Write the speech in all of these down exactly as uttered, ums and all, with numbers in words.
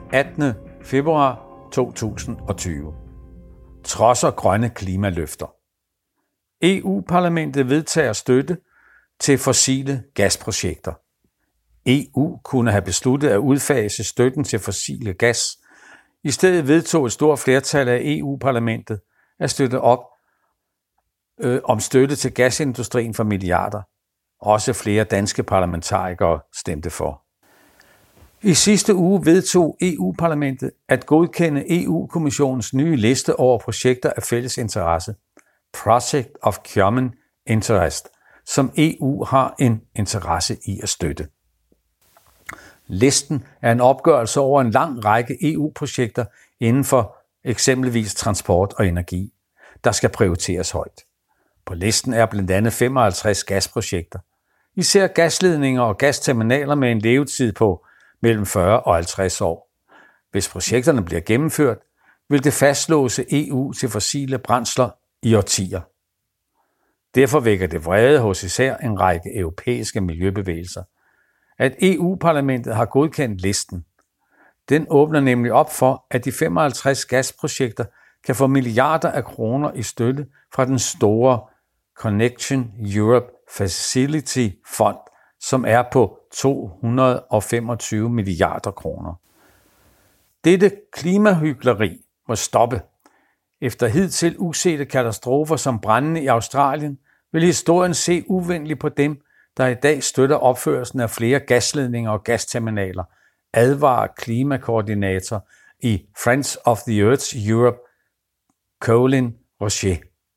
attende februar to tusind og tyve. Trodser grønne klimaløfter. E U-parlamentet vedtager støtte til fossile gasprojekter. E U kunne have besluttet at udfase støtten til fossile gas. I stedet vedtog et stort flertal af E U-parlamentet at støtte op øh, om støtte til gasindustrien for milliarder. Også flere danske parlamentarikere stemte for. I sidste uge vedtog E U-parlamentet at godkende E U-kommissionens nye liste over projekter af fælles interesse, Project of Common Interest, som E U har en interesse i at støtte. Listen er en opgørelse over en lang række E U-projekter inden for eksempelvis transport og energi, der skal prioriteres højt. På listen er blandt andet femoghalvtreds gasprojekter, især gasledninger og gasterminaler med en levetid på mellem fyrre og halvtreds år. Hvis projekterne bliver gennemført, vil det fastlåse E U til fossile brændsler i årtier. Derfor vækker det vrede hos især en række europæiske miljøbevægelser, at E U-parlamentet har godkendt listen. Den åbner nemlig op for, at de femoghalvtreds gasprojekter kan få milliarder af kroner i støtte fra den store Connection Europe Facility Fond, som er på to hundrede og femogtyve milliarder kroner. Dette klimahykleri må stoppe. Efter hidtil usete katastrofer som brandene i Australien, vil historien se uvenligt på dem, der i dag støtter opførelsen af flere gasledninger og gasterminaler, advarer klimakoordinator i Friends of the Earth Europe, Colin Rocher.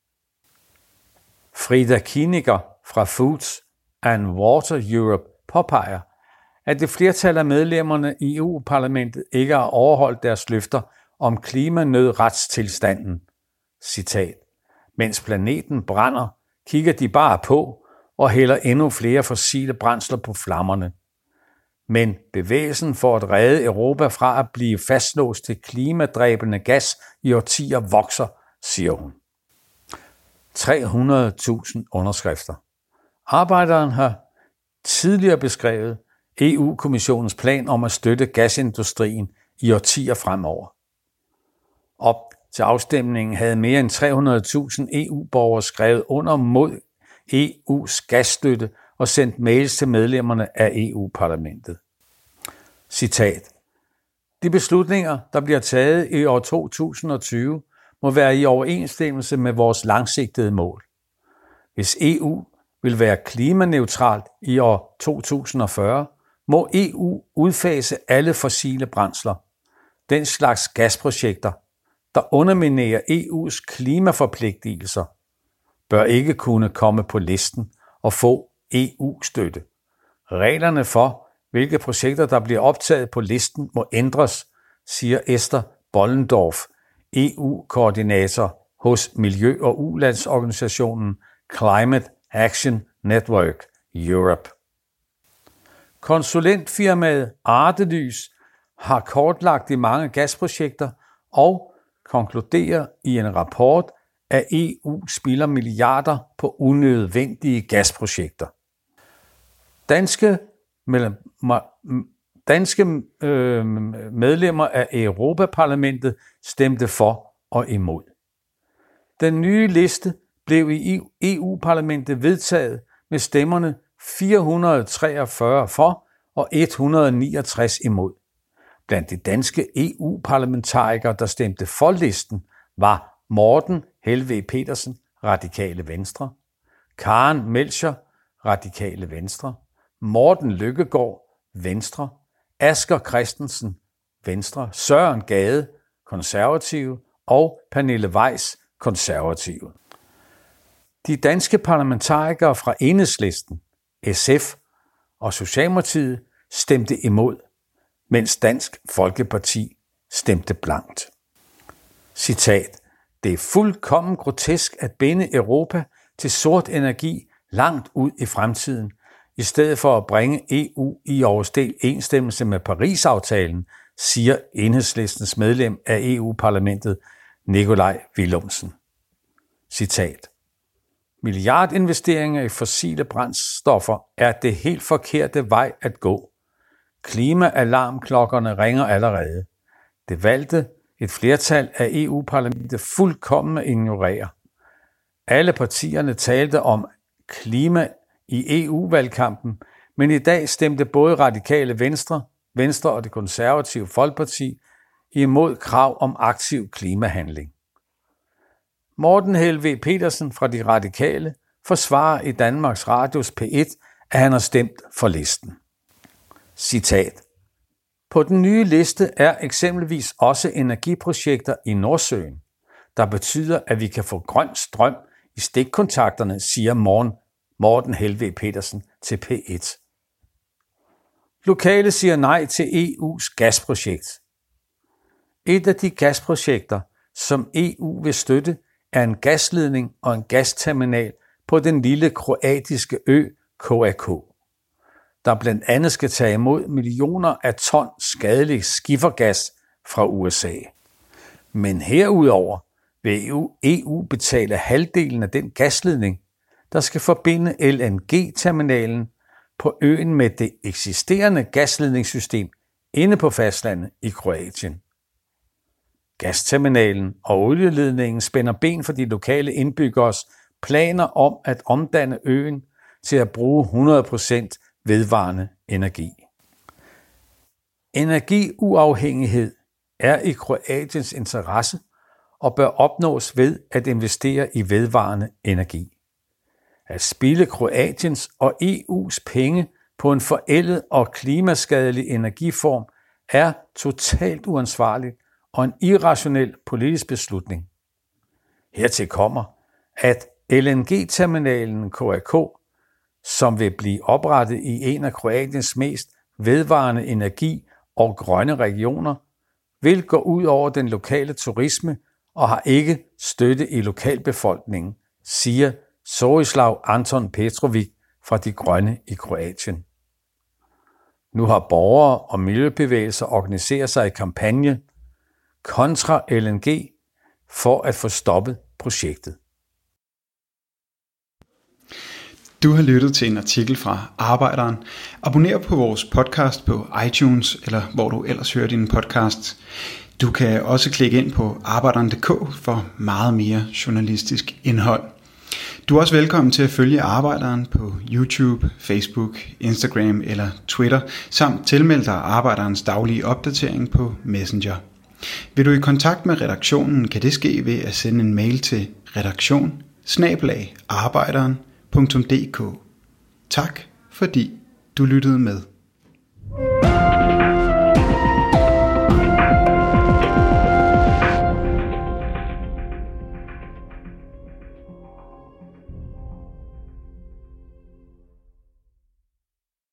Frida Kieniger fra Foods and Water Europe påpeger, at det flertal af medlemmerne i E U-parlamentet ikke har overholdt deres løfter om klimanødretstilstanden. Citat. Mens planeten brænder, kigger de bare på og hælder endnu flere fossile brændsler på flammerne. Men bevægelsen for at redde Europa fra at blive fastlåst til klimadræbende gas i årtier vokser, siger hun. tre hundrede tusind underskrifter. Arbejderen har tidligere beskrevet E U-kommissionens plan om at støtte gasindustrien i årtier fremover. Op til afstemningen havde mere end tre hundrede tusind E U-borgere skrevet under mod E U's gasstøtte og sendt mails til medlemmerne af E U-parlamentet. Citat. De beslutninger, der bliver taget i år to tusind og tyve, må være i overensstemmelse med vores langsigtede mål. Hvis E U vil være klimaneutralt i år to tusind og fyrre, må E U udfase alle fossile brændsler. Den slags gasprojekter, der underminerer E U's klimaforpligtelser, bør ikke kunne komme på listen og få E U-støtte. Reglerne for, hvilke projekter, der bliver optaget på listen, må ændres, siger Esther Bollendorf, E U-koordinator hos Miljø- og Ulandsorganisationen Climate Action Network Europe. Konsulentfirmaet Artelys har kortlagt de mange gasprojekter og konkluderer i en rapport, at E U spilder milliarder på unødvendige gasprojekter. Danske, danske øh, medlemmer af Europaparlamentet stemte for og imod. Den nye liste blev i E U-parlamentet vedtaget med stemmerne fire hundrede og treogfyrre for og et hundrede og niogtres imod. Blandt de danske E U-parlamentarikere, der stemte for listen, var Morten Helveg Petersen, Radikale Venstre, Karen Melchior, Radikale Venstre, Morten Lykkegaard, Venstre, Asger Christensen, Venstre, Søren Gade, Konservative og Pernille Weiss, Konservative. De danske parlamentarikere fra Enhedslisten, S F og Socialdemokratiet stemte imod, mens Dansk Folkeparti stemte blankt. Citat. Det er fuldkommen grotesk at binde Europa til sort energi langt ud i fremtiden, i stedet for at bringe E U i overensstemmelse med Paris-aftalen, siger Enhedslistens medlem af E U-parlamentet Nikolaj Villumsen. Citat. Milliardinvesteringer i fossile brændstoffer er det helt forkerte vej at gå. Klimaalarmklokkerne ringer allerede. Det valgte et flertal af E U-parlamentet fuldkommen at ignorere. Alle partierne talte om klima i E U-valgkampen, men i dag stemte både Radikale Venstre, Venstre og det konservative Folkeparti imod krav om aktiv klimahandling. Morten Helveg Petersen fra De Radikale forsvarer i Danmarks Radios P et, at han har stemt for listen. Citat. På den nye liste er eksempelvis også energiprojekter i Nordsøen, der betyder, at vi kan få grøn strøm i stikkontakterne, siger Morten Helveg Petersen til P et. Lokale siger nej til E U's gasprojekt. Et af de gasprojekter, som E U vil støtte, er en gasledning og en gasterminal på den lille kroatiske ø K A K, der blandt andet skal tage imod millioner af ton skadelig skifergas fra U S A. Men herudover vil E U betale halvdelen af den gasledning, der skal forbinde L N G-terminalen på øen med det eksisterende gasledningssystem inde på fastlandet i Kroatien. Gasterminalen og olieledningen spænder ben for de lokale indbyggeres planer om at omdanne øen til at bruge hundrede procent vedvarende energi. Energiuafhængighed er i Kroatiens interesse og bør opnås ved at investere i vedvarende energi. At spilde Kroatiens og E U's penge på en forældet og klimaskadelig energiform er totalt uansvarligt og en irrationel politisk beslutning. Hertil kommer, at L N G-terminalen K A K, som vil blive oprettet i en af Kroatiens mest vedvarende energi- og grønne regioner, vil gå ud over den lokale turisme og har ikke støtte i lokalbefolkningen, siger Zorislav Anton Petrovic fra De Grønne i Kroatien. Nu har borgere og miljøbevægelser organiseret sig i kampagne kontra L N G for at få stoppet projektet. Du har lyttet til en artikel fra Arbejderen. Abonner på vores podcast på iTunes, eller hvor du ellers hører dine podcasts. Du kan også klikke ind på arbejderen punktum d k for meget mere journalistisk indhold. Du er også velkommen til at følge Arbejderen på YouTube, Facebook, Instagram eller Twitter, samt tilmelde dig Arbejderens daglige opdatering på Messenger. Vil du i kontakt med redaktionen, kan det ske ved at sende en mail til redaktion bindestreg arbejderen punktum d k. Tak fordi du lyttede med.